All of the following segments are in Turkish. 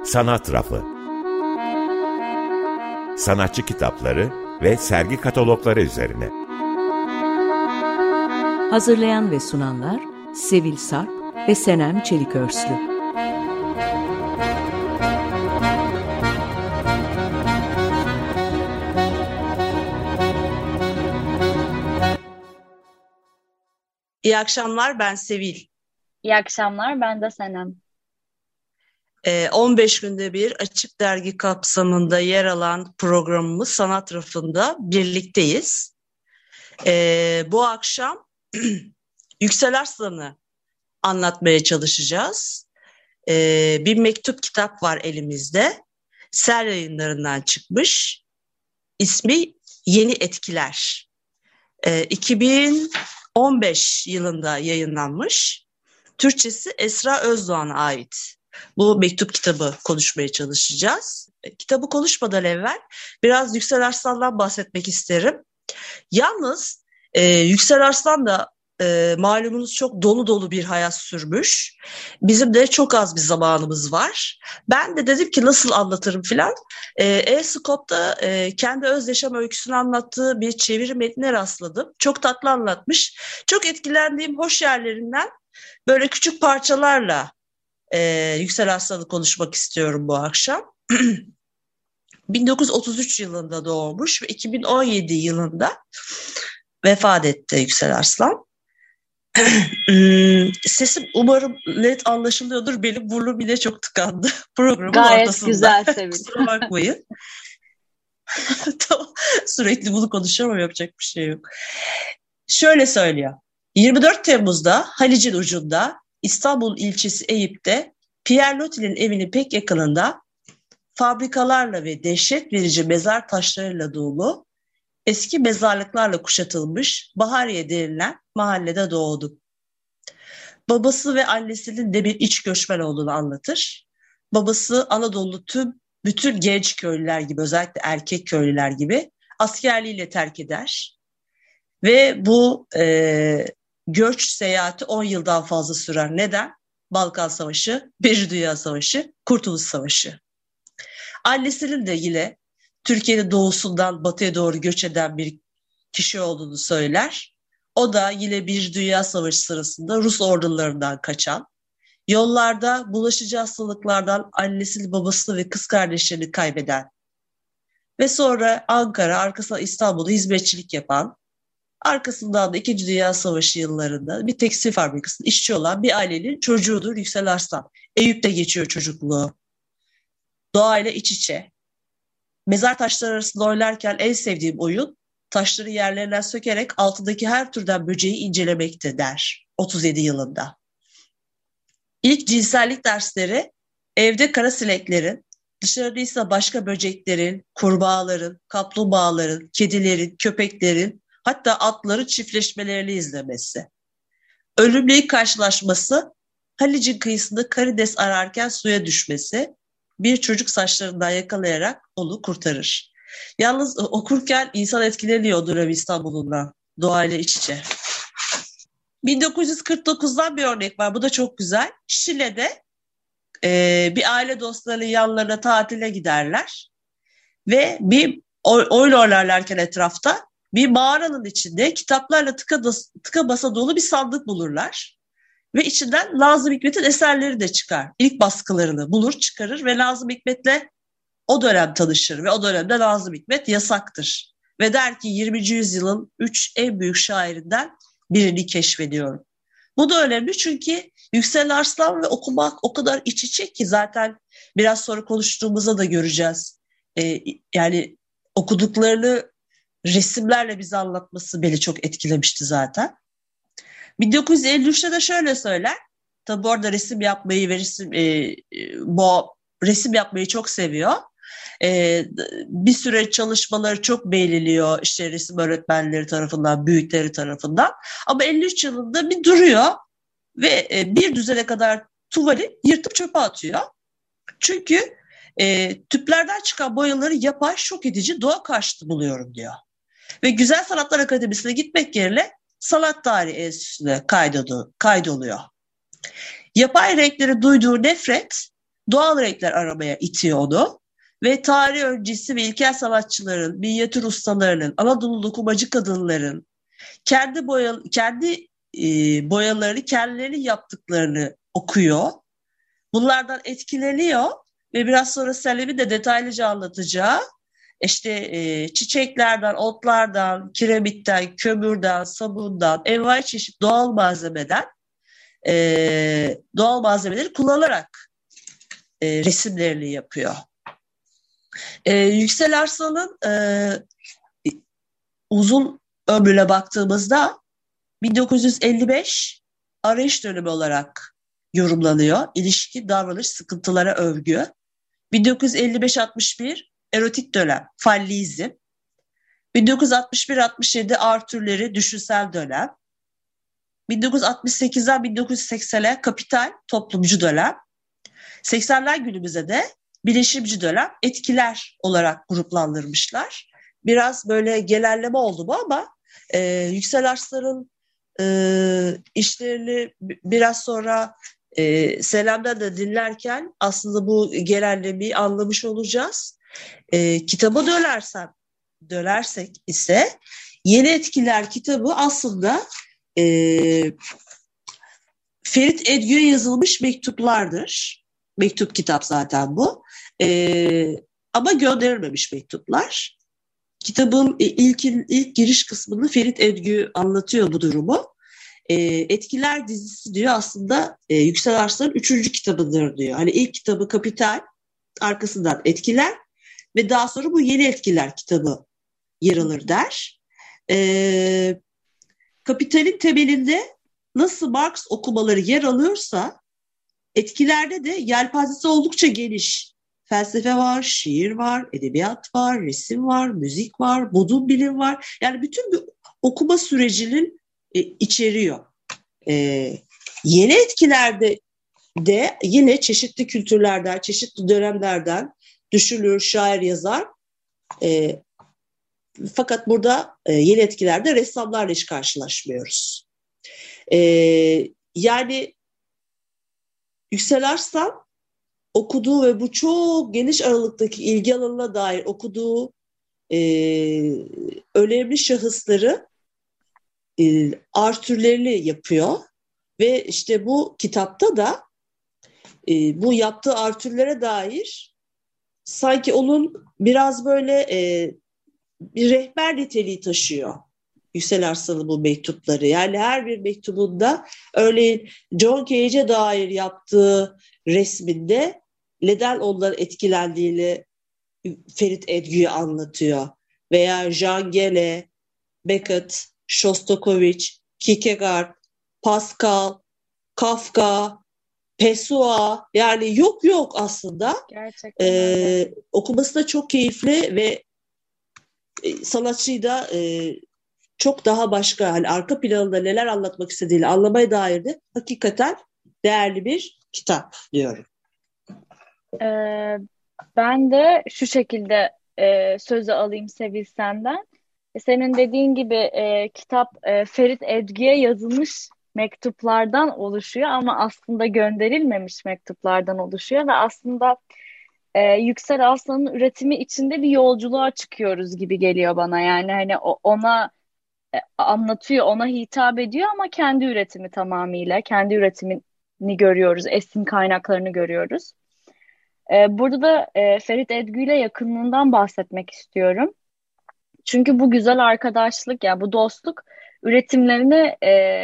Sanat Rafı. Sanatçı kitapları ve sergi katalogları üzerine. Hazırlayan ve sunanlar Sevil Sarp ve Senem Çelikörslü. İyi akşamlar, ben Sevil. İyi akşamlar, ben de Senem. 15 günde bir Açık Dergi kapsamında yer alan programımız Sanat Rafı'nda birlikteyiz. Bu akşam Yüksel Arslan'ı anlatmaya çalışacağız. Bir mektup kitap var elimizde. Ser Yayınlarından çıkmış. İsmi Yeni Etkiler. 2015 yılında yayınlanmış. Türkçesi Esra Özdoğan'a ait. Bu mektup kitabı konuşmaya çalışacağız. Kitabı konuşmadan evvel biraz Yüksel Arslan'dan bahsetmek isterim. Yalnız Yüksel Arslan da malumunuz çok dolu dolu bir hayat sürmüş. Bizim de çok az bir zamanımız var. Ben de dedim ki nasıl anlatırım filan. E-Skop'ta kendi öz yaşam öyküsünü anlattığı bir çeviri metnine rastladım. Çok tatlı anlatmış. Çok etkilendiğim hoş yerlerinden böyle küçük parçalarla Yüksel Arslan'ı konuşmak istiyorum bu akşam. 1933 yılında doğmuş ve 2017 yılında vefat etti Yüksel Arslan. Sesim umarım net anlaşılıyordur. Benim burnum yine çok tıkandı programın gayet ortasında. Güzel Sevil. Kusura bakmayın. Tamam. Sürekli bunu konuşamam, yapacak bir şey yok. Şöyle söylüyor. 24 Temmuz'da Halic'in ucunda İstanbul ilçesi Eyüp'te Pierre Loti'nin evinin pek yakınında fabrikalarla ve dehşet verici mezar taşlarıyla dolu eski mezarlıklarla kuşatılmış Bahariye denilen mahallede doğdu. Babası ve annesinin de bir iç göçmen olduğunu anlatır. Babası Anadolu bütün genç köylüler gibi, özellikle erkek köylüler gibi askerliğiyle terk eder. Ve bu göç seyahati 10 yıldan fazla sürer. Neden? Balkan Savaşı, Birinci Dünya Savaşı, Kurtuluş Savaşı. Annesinin de yine Türkiye'nin doğusundan batıya doğru göç eden bir kişi olduğunu söyler. O da yine Birinci Dünya Savaşı sırasında Rus ordularından kaçan, yollarda bulaşıcı hastalıklardan annesini, babasını ve kız kardeşlerini kaybeden ve sonra Ankara, arkasından İstanbul'da hizmetçilik yapan, arkasından da İkinci Dünya Savaşı yıllarında bir tekstil fabrikasında işçi olan bir ailenin çocuğudur Yüksel Arslan. Eyüp'te geçiyor çocukluğu. Doğayla iç içe. Mezar taşları arasında oynarken en sevdiğim oyun taşları yerlerinden sökerek altındaki her türden böceği incelemekte der 37 yılında. İlk cinsellik dersleri evde kara sineklerin, dışarıda ise başka böceklerin, kurbağaların, kaplumbağaların, kedilerin, köpeklerin, hatta atların çiftleşmelerini izlemesi. Ölümle ilk karşılaşması, Halic'in kıyısında karides ararken suya düşmesi, bir çocuk saçlarından yakalayarak onu kurtarır. Yalnız okurken insan etkileniyor o dönem İstanbul'undan, doğayla iç içe. 1949'dan bir örnek var, bu da çok güzel. Şile'de bir aile dostlarının yanlarına tatile giderler ve bir oyun oynarlarken etrafta bir mağaranın içinde kitaplarla tıka basa dolu bir sandık bulurlar. Ve içinden Nazım Hikmet'in eserleri de çıkar. İlk baskılarını bulur, çıkarır ve Nazım Hikmet'le o dönem tanışır. Ve o dönemde Nazım Hikmet yasaktır. Ve der ki 20. yüzyılın 3 en büyük şairinden birini keşfediyorum. Bu da önemli çünkü Yüksel Arslan ve okumak o kadar iç içe ki zaten biraz sonra konuştuğumuzda da göreceğiz. Yani okuduklarını resimlerle bize anlatması beni çok etkilemişti zaten. 1953'te de şöyle söyler. Tabi bu arada resim yapmayı ve resim yapmayı çok seviyor. Bir süre çalışmaları çok beğeniliyor işte resim öğretmenleri tarafından, büyükleri tarafından. Ama 53 yılında bir duruyor ve bir düzene kadar tuvali yırtıp çöpe atıyor. Çünkü tüplerden çıkan boyaları yapay, şok edici, doğa karşıtı buluyorum diyor. Ve Güzel Sanatlar Akademisi'ne gitmek yerine Sanat Tarihi Enstitüsü'ne kaydoluyor. Yapay renklere duyduğu nefret doğal renkler aramaya itiyor onu. Ve tarih öncesi ve ilkel sanatçıların, minyatür ustalarının, Anadolu dokumacı kadınların kendi boyalarını kendileri yaptıklarını okuyor. Bunlardan etkileniyor ve biraz sonra Selim'in de detaylıca anlatacağı işte çiçeklerden, otlardan, kiremitten, kömürden, sabundan, envai çeşit doğal malzemeleri kullanarak resimlerini yapıyor. Yüksel Arslan'ın uzun ömrüne baktığımızda 1955 arayış dönemi olarak yorumlanıyor. İlişki, davranış, sıkıntılara övgü. 1955-61 erotik dönem, fallizm. 1961-67 Arthur'leri, düşünsel dönem. 1968'den 1980'e kapital, toplumcu dönem. 80'ler günümüze de bileşimci dönem, etkiler olarak gruplandırmışlar. Biraz böyle genelleme oldu bu ama Yüksel Arslan'ın işlerini biraz sonra Selam'dan da dinlerken aslında bu genellemeyi anlamış olacağız. Kitaba dönersek ise Yeni Etkiler kitabı aslında Ferit Edgü'ye yazılmış mektuplardır. Mektup kitap zaten bu. Ama gönderilmemiş mektuplar. Kitabın ilk giriş kısmında Ferit Edgü anlatıyor bu durumu. Etkiler dizisi diyor aslında Yüksel Arslan'ın 3. kitabıdır diyor. Hani ilk kitabı Kapital, arkasından Etkiler ve daha sonra bu Yeni Etkiler kitabı yer alır der. Kapital'in temelinde nasıl Marx okumaları yer alıyorsa Etkilerde de yelpazesi oldukça geniş. Felsefe var, şiir var, edebiyat var, resim var, müzik var, modern bilim var. Yani bütün bir okuma sürecinin içeriyor. Yeni etkilerde de yine çeşitli kültürlerden, çeşitli dönemlerden düşünür, şair, yazar. Fakat burada yeni etkilerde ressamlarla hiç karşılaşmıyoruz. Yani Yüksel Arslan okuduğu ve bu çok geniş aralıktaki ilgi alanına dair okuduğu önemli şahısları artürlerini yapıyor ve işte bu kitapta da bu yaptığı artürlere dair sanki onun biraz böyle bir rehber niteliği taşıyor Yüksel Arslan'ın bu mektupları. Yani her bir mektubunda örneğin John Cage'e dair yaptığı resminde neden ondan etkilendiğini Ferit Edgü'ye anlatıyor. Veya Jean Genet, Beckett, Shostakovich, Kierkegaard, Pascal, Kafka, Pessoa, yani yok aslında. Gerçekten okuması da çok keyifli ve sanatçıyı da çok daha başka, hani arka planında neler anlatmak istediğini anlamaya dair de hakikaten değerli bir kitap diyorum. Ben de şu şekilde sözü alayım Sevil senden. Senin dediğin gibi kitap Ferit Edgü'ye yazılmış mektuplardan oluşuyor ama aslında gönderilmemiş mektuplardan oluşuyor ve aslında Yüksel Arslan'ın üretimi içinde bir yolculuğa çıkıyoruz gibi geliyor bana. Yani hani ona anlatıyor, ona hitap ediyor ama kendi üretimi tamamıyla, kendi üretimini görüyoruz, esin kaynaklarını görüyoruz. Burada da Ferit Edgü ile yakınlığından bahsetmek istiyorum. Çünkü bu güzel arkadaşlık, yani bu dostluk üretimlerini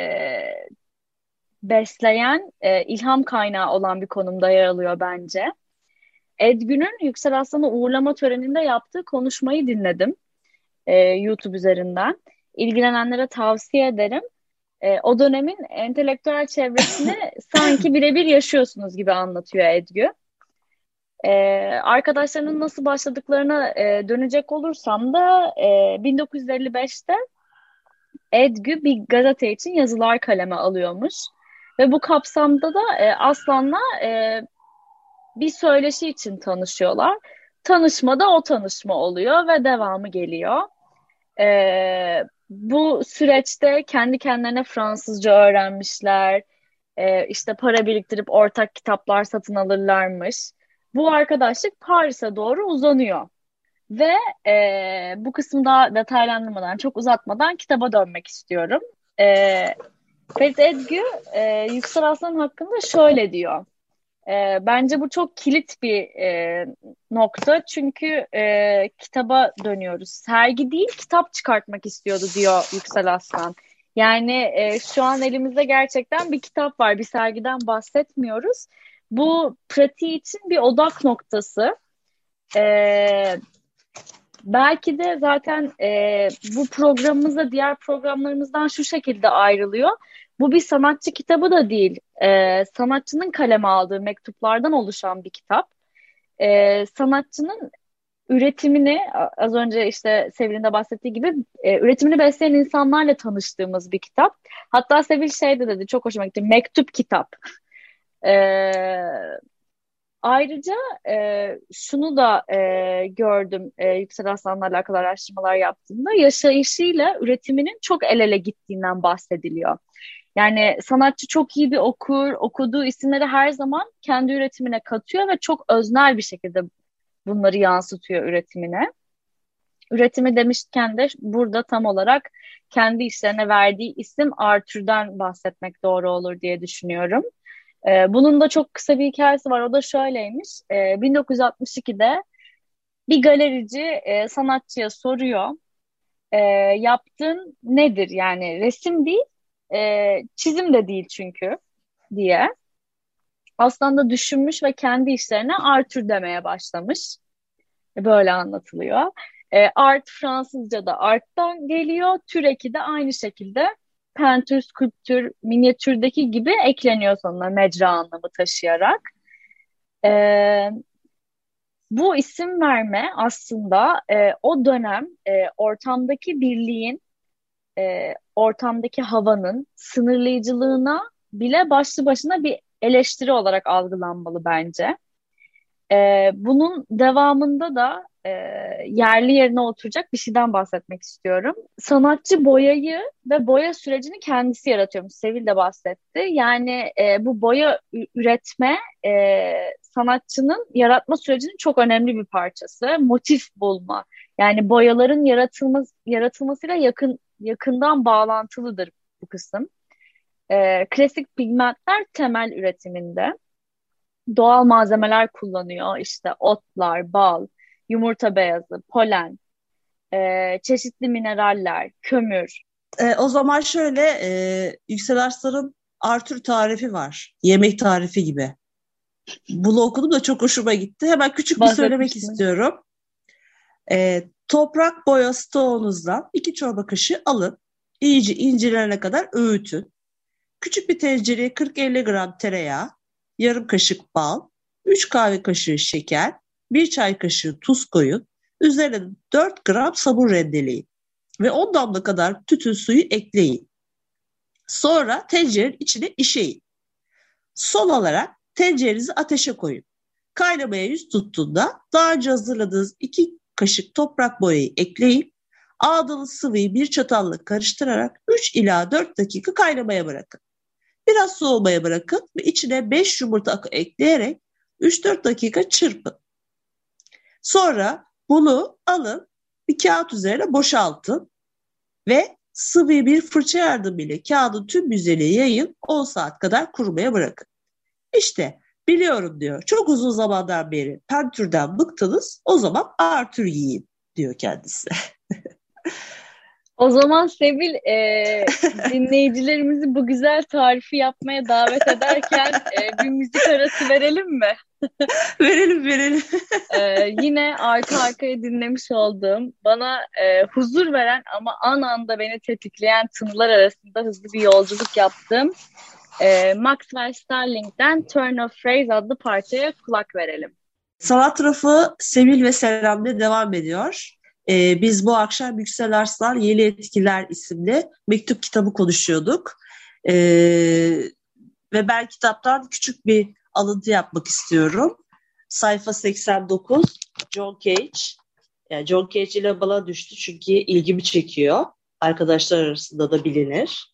besleyen, ilham kaynağı olan bir konumda yer alıyor bence. Edgü'nün Yüksel Aslan'ı uğurlama töreninde yaptığı konuşmayı dinledim YouTube üzerinden. İlgilenenlere tavsiye ederim. O dönemin entelektüel çevresini sanki birebir yaşıyorsunuz gibi anlatıyor Edgü. Arkadaşlarının nasıl başladıklarına dönecek olursam da 1955'te Edgü bir gazete için yazılar kaleme alıyormuş. Ve bu kapsamda da Aslan'la bir söyleşi için tanışıyorlar. Tanışmada o tanışma oluyor ve devamı geliyor. Bu süreçte kendi kendilerine Fransızca öğrenmişler. işte para biriktirip ortak kitaplar satın alırlarmış. Bu arkadaşlık Paris'e doğru uzanıyor. Ve bu kısmı daha detaylandırmadan, çok uzatmadan kitaba dönmek istiyorum. E, Ferit Edgü Yüksel Aslan hakkında şöyle diyor. Bence bu çok kilit bir nokta. Çünkü kitaba dönüyoruz. Sergi değil, kitap çıkartmak istiyordu diyor Yüksel Aslan. Yani şu an elimizde gerçekten bir kitap var. Bir sergiden bahsetmiyoruz. Bu pratiği için bir odak noktası. Belki de zaten bu programımız da diğer programlarımızdan şu şekilde ayrılıyor. Bu bir sanatçı kitabı da değil. Sanatçının kaleme aldığı mektuplardan oluşan bir kitap. Sanatçının üretimini, az önce işte Sevil'in de bahsettiği gibi üretimini besleyen insanlarla tanıştığımız bir kitap. Hatta Sevil şey de dedi, çok hoşuma gitti. Mektup kitap. Ee, Ayrıca şunu da gördüm Yüksel Aslan'la alakalı araştırmalar yaptığımda, yaşayışıyla üretiminin çok el ele gittiğinden bahsediliyor. Yani sanatçı çok iyi bir okur, okuduğu isimleri her zaman kendi üretimine katıyor ve çok öznel bir şekilde bunları yansıtıyor üretimine. Üretimi demişken de burada tam olarak kendi işlerine verdiği isim Arthur'dan bahsetmek doğru olur diye düşünüyorum. Bunun da çok kısa bir hikayesi var. O da şöyleymiş. 1962'de bir galerici sanatçıya soruyor. Yaptığın nedir? Yani resim değil, çizim de değil çünkü diye. Aslında düşünmüş ve kendi işlerine Arthur demeye başlamış. Böyle anlatılıyor. Art Fransızca'da art'tan geliyor. Türeki de aynı şekilde pentür, skulptür, minyatürdeki gibi ekleniyor sonuna mecra anlamı taşıyarak. Bu isim verme aslında o dönem ortamdaki birliğin, ortamdaki havanın sınırlayıcılığına bile başlı başına bir eleştiri olarak algılanmalı bence. Bunun devamında da yerli yerine oturacak bir şeyden bahsetmek istiyorum. Sanatçı boyayı ve boya sürecini kendisi yaratıyormuş. Sevil de bahsetti. Yani bu boya üretme sanatçının yaratma sürecinin çok önemli bir parçası. Motif bulma. Yani boyaların yaratılmasıyla yakından bağlantılıdır bu kısım. Klasik pigmentler temel üretiminde. Doğal malzemeler kullanıyor. İşte otlar, bal, yumurta beyazı, polen, çeşitli mineraller, kömür. O zaman şöyle Yüksel Arslan'ın Arthur tarifi var. Yemek tarifi gibi. Bunu okudum da çok hoşuma gitti. Hemen küçük bir söylemek istiyorum. Toprak boya stoğunuzdan 2 çorba kaşığı alın. İyice incelerine kadar öğütün. Küçük bir tencereye 40-50 gram tereyağı, yarım kaşık bal, 3 kahve kaşığı şeker, 1 çay kaşığı tuz koyun. Üzerine 4 gram sabun rendeleyin ve 10 damla kadar tütün suyu ekleyin. Sonra tencerenin içine işeyin. Son olarak tencerenizi ateşe koyun. Kaynamaya yüz tuttuğunda daha önce hazırladığınız 2 kaşık toprak boyayı ekleyin. Aldığınız sıvıyı bir çatalla karıştırarak 3 ila 4 dakika kaynamaya bırakın. Biraz soğumaya bırakın ve içine 5 yumurta akı ekleyerek 3-4 dakika çırpın. Sonra bunu alın, bir kağıt üzerine boşaltın ve sıvıyı bir fırça yardımıyla kağıdın tüm yüzeyine yayın, 10 saat kadar kurumaya bırakın. İşte biliyorum diyor, çok uzun zamandan beri pentürden bıktınız, o zaman Arthur yiyin diyor kendisi. O zaman Sevil, dinleyicilerimizi bu güzel tarifi yapmaya davet ederken bir müzik arası verelim mi? Verelim. Yine arka arkaya dinlemiş olduğum, bana huzur veren ama an anda beni tetikleyen tınılar arasında hızlı bir yolculuk yaptım. Maxwell Sterling'den Turn of Phrase adlı parçaya kulak verelim. Sanat rafı Sevil ve Selam'la devam ediyor. Biz bu akşam Yüksel Arslan Yeni Etkiler isimli mektup kitabı konuşuyorduk. Ve ben kitaptan küçük bir alıntı yapmak istiyorum. Sayfa 89, John Cage. Yani John Cage ile bana düştü çünkü ilgimi çekiyor. Arkadaşlar arasında da bilinir.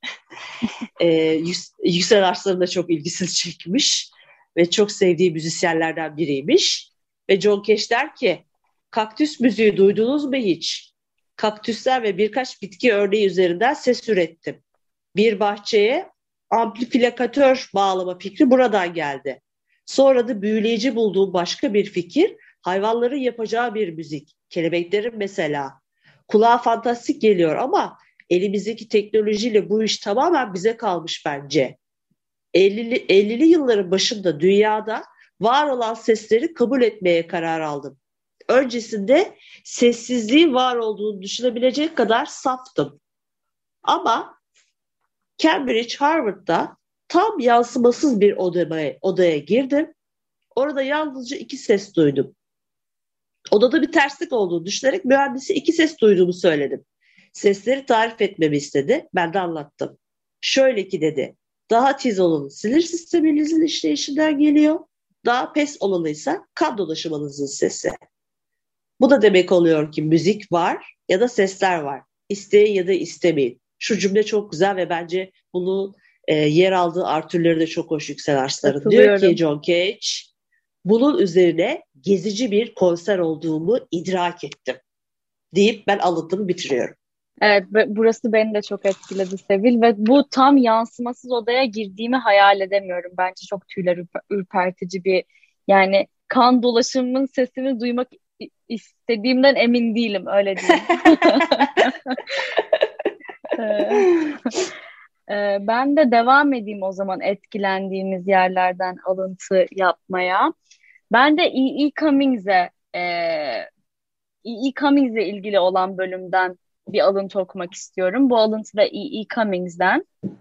Yüksel Arslan'ın da çok ilgisini çekmiş ve çok sevdiği müzisyenlerden biriymiş. Ve John Cash der ki, kaktüs müziği duydunuz mu hiç? Kaktüsler ve birkaç bitki örneği üzerinden ses ürettim. Bir bahçeye amplifikatör bağlama fikri buradan geldi. Sonra da büyüleyici bulduğum başka bir fikir, hayvanların yapacağı bir müzik. Kelebeklerin mesela. Kulağa fantastik geliyor ama elimizdeki teknolojiyle bu iş tamamen bize kalmış bence. 50'li yılların başında dünyada var olan sesleri kabul etmeye karar aldım. Öncesinde sessizliğin var olduğunu düşünebilecek kadar saftım. Ama Cambridge, Harvard'da tam yansımasız bir odaya girdim. Orada yalnızca 2 ses duydum. Odada bir terslik olduğunu düşünerek mühendise 2 ses duyduğumu söyledim. Sesleri tarif etmemi istedi. Ben de anlattım. Şöyle ki dedi, daha tiz olanı sinir sisteminizin işleyişinden geliyor. Daha pes olanıysa kan dolaşımınızın sesi. Bu da demek oluyor ki müzik var ya da sesler var. İsteyin ya da istemeyin. Şu cümle çok güzel ve bence bunun yer aldığı artürleri de çok hoş Yüksel Arslan'ın. Diyor ki John Cage, bunun üzerine gezici bir konser olduğumu idrak ettim deyip ben alıntımı bitiriyorum. Evet, burası beni de çok etkiledi Sevil ve bu tam yansımasız odaya girdiğimi hayal edemiyorum. Bence çok tüyler ürpertici bir, yani kan dolaşımının sesini duymak istediğimden emin değilim, öyle diyeyim. Ben de devam edeyim o zaman etkilendiğimiz yerlerden alıntı yapmaya. Ben de E.E. Cummings'le ilgili olan bölümden bir alıntı okumak istiyorum. Bu alıntı da E.E. Cummings'den.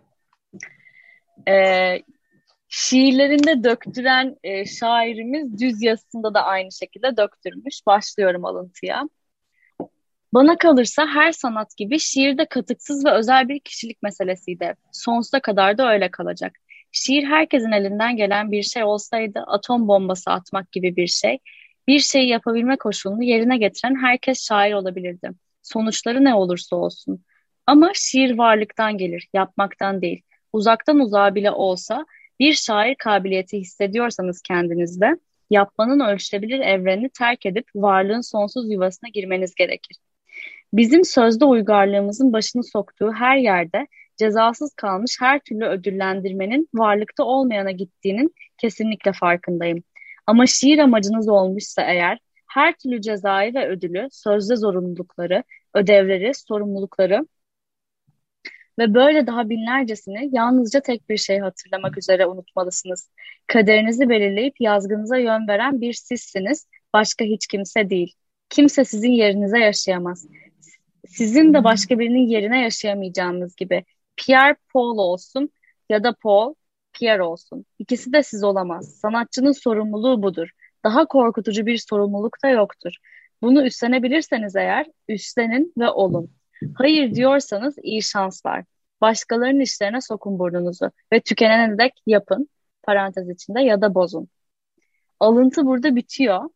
Şiirlerinde döktüren şairimiz düz yazısında da aynı şekilde döktürmüş. Başlıyorum alıntıya. Bana kalırsa her sanat gibi şiir de katıksız ve özel bir kişilik meselesiydi. Sonsuza kadar da öyle kalacak. Şiir herkesin elinden gelen bir şey olsaydı atom bombası atmak gibi bir şey. Bir şeyi yapabilme koşulunu yerine getiren herkes şair olabilirdi. Sonuçları ne olursa olsun. Ama şiir varlıktan gelir, yapmaktan değil. Uzaktan uzağa bile olsa bir şair kabiliyeti hissediyorsanız kendinizde, yapmanın ölçülebilir evrenini terk edip varlığın sonsuz yuvasına girmeniz gerekir. Bizim sözde uygarlığımızın başını soktuğu her yerde cezasız kalmış her türlü ödüllendirmenin varlıkta olmayana gittiğinin kesinlikle farkındayım. Ama şiir amacınız olmuşsa eğer, her türlü cezayı ve ödülü, sözde zorunlulukları, ödevleri, sorumlulukları ve böyle daha binlercesini yalnızca tek bir şey hatırlamak üzere unutmalısınız. Kaderinizi belirleyip yazgınıza yön veren bir sizsiniz, başka hiç kimse değil. Kimse sizin yerinize yaşayamaz. Sizin de başka birinin yerine yaşayamayacağınız gibi. Pierre Paul olsun ya da Paul Pierre olsun. İkisi de siz olamaz. Sanatçının sorumluluğu budur. Daha korkutucu bir sorumluluk da yoktur. Bunu üstlenebilirseniz eğer, üstlenin ve olun. Hayır diyorsanız iyi şanslar. Başkalarının işlerine sokun burnunuzu ve tükenene dek yapın, parantez içinde, ya da bozun. Alıntı burada bitiyor.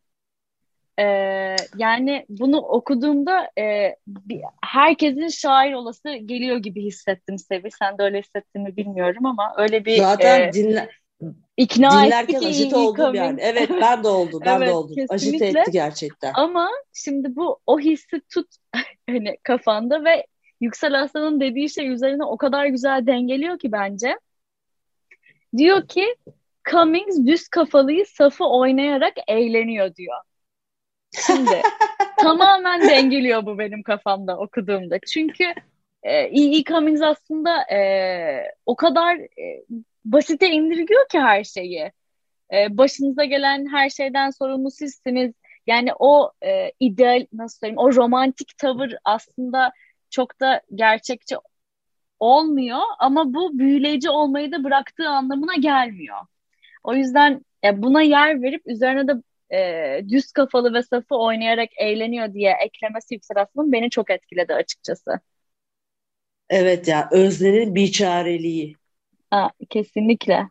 Yani bunu okuduğumda herkesin şair olası geliyor gibi hissettim Sevi. Sen de öyle hissettin mi bilmiyorum ama öyle bir zaten ikna dinlerken etti ki ajite oldum yani. Evet, ben de oldum. Evet, oldum. kesinlikle. Ajite etti gerçekten. Ama şimdi o hissi tut hani kafanda ve Yüksel Aslan'ın dediği şey üzerine o kadar güzel dengeliyor ki bence. Diyor ki Cummings düz kafalıyı safı oynayarak eğleniyor diyor. Şimdi tamamen dengeliyor bu benim kafamda okuduğumda. Çünkü E.E. Cummings aslında o kadar basite indirgiyor ki her şeyi. Başınıza gelen her şeyden sorumlu sizsiniz. Yani o ideal, nasıl söyleyeyim, o romantik tavır aslında çok da gerçekçi olmuyor ama bu büyüleyici olmayı da bıraktığı anlamına gelmiyor. O yüzden buna yer verip üzerine de düz kafalı ve safı oynayarak eğleniyor diye eklemesi Yüksel Aslan'ın beni çok etkiledi açıkçası. Evet ya, öznenin biçareliği. Kesinlikle.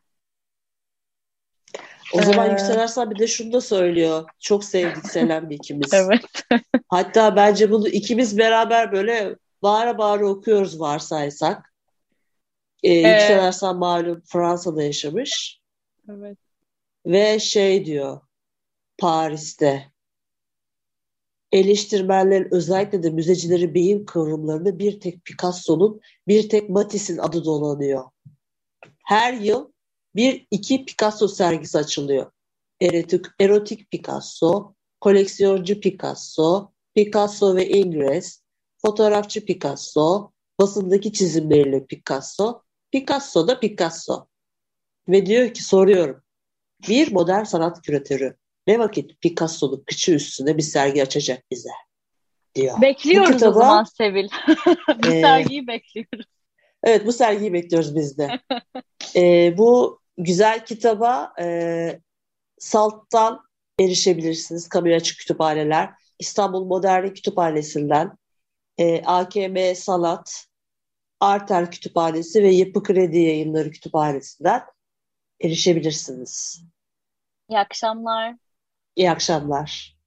O zaman Yüksel Arslan bir de şunu da söylüyor. Çok sevdik Selam ikimiz. Evet. Hatta bence bunu ikimiz beraber böyle bağıra bağıra okuyoruz varsaysak. Yüksel Ee, Arslan malum Fransa'da yaşamış evet. ve şey diyor Paris'te eleştirmenlerin özellikle de müzecilerin beyin kıvrımlarında bir tek Picasso'nun bir tek Matisse'in adı dolanıyor. Her yıl bir iki Picasso sergisi açılıyor. Erotik Picasso, koleksiyoncu Picasso, Picasso ve Ingres, fotoğrafçı Picasso, basındaki çizimleriyle Picasso, Picasso da Picasso. Ve diyor ki soruyorum, bir modern sanat küratörü ne vakit Picasso'nun kıçı üstünde bir sergi açacak bize diyor. Bu Bekliyoruz o zaman kitaba Sevil. Bu e, sergiyi bekliyoruz. evet bu sergiyi bekliyoruz biz de. Bu güzel kitaba Salt'tan erişebilirsiniz. Kamuya açık kütüphaneler. İstanbul Modern Kütüphanesi'nden AKM Sanat, Arter Kütüphanesi ve Yapı Kredi Yayınları Kütüphanesi'nden erişebilirsiniz. İyi akşamlar. İyi akşamlar.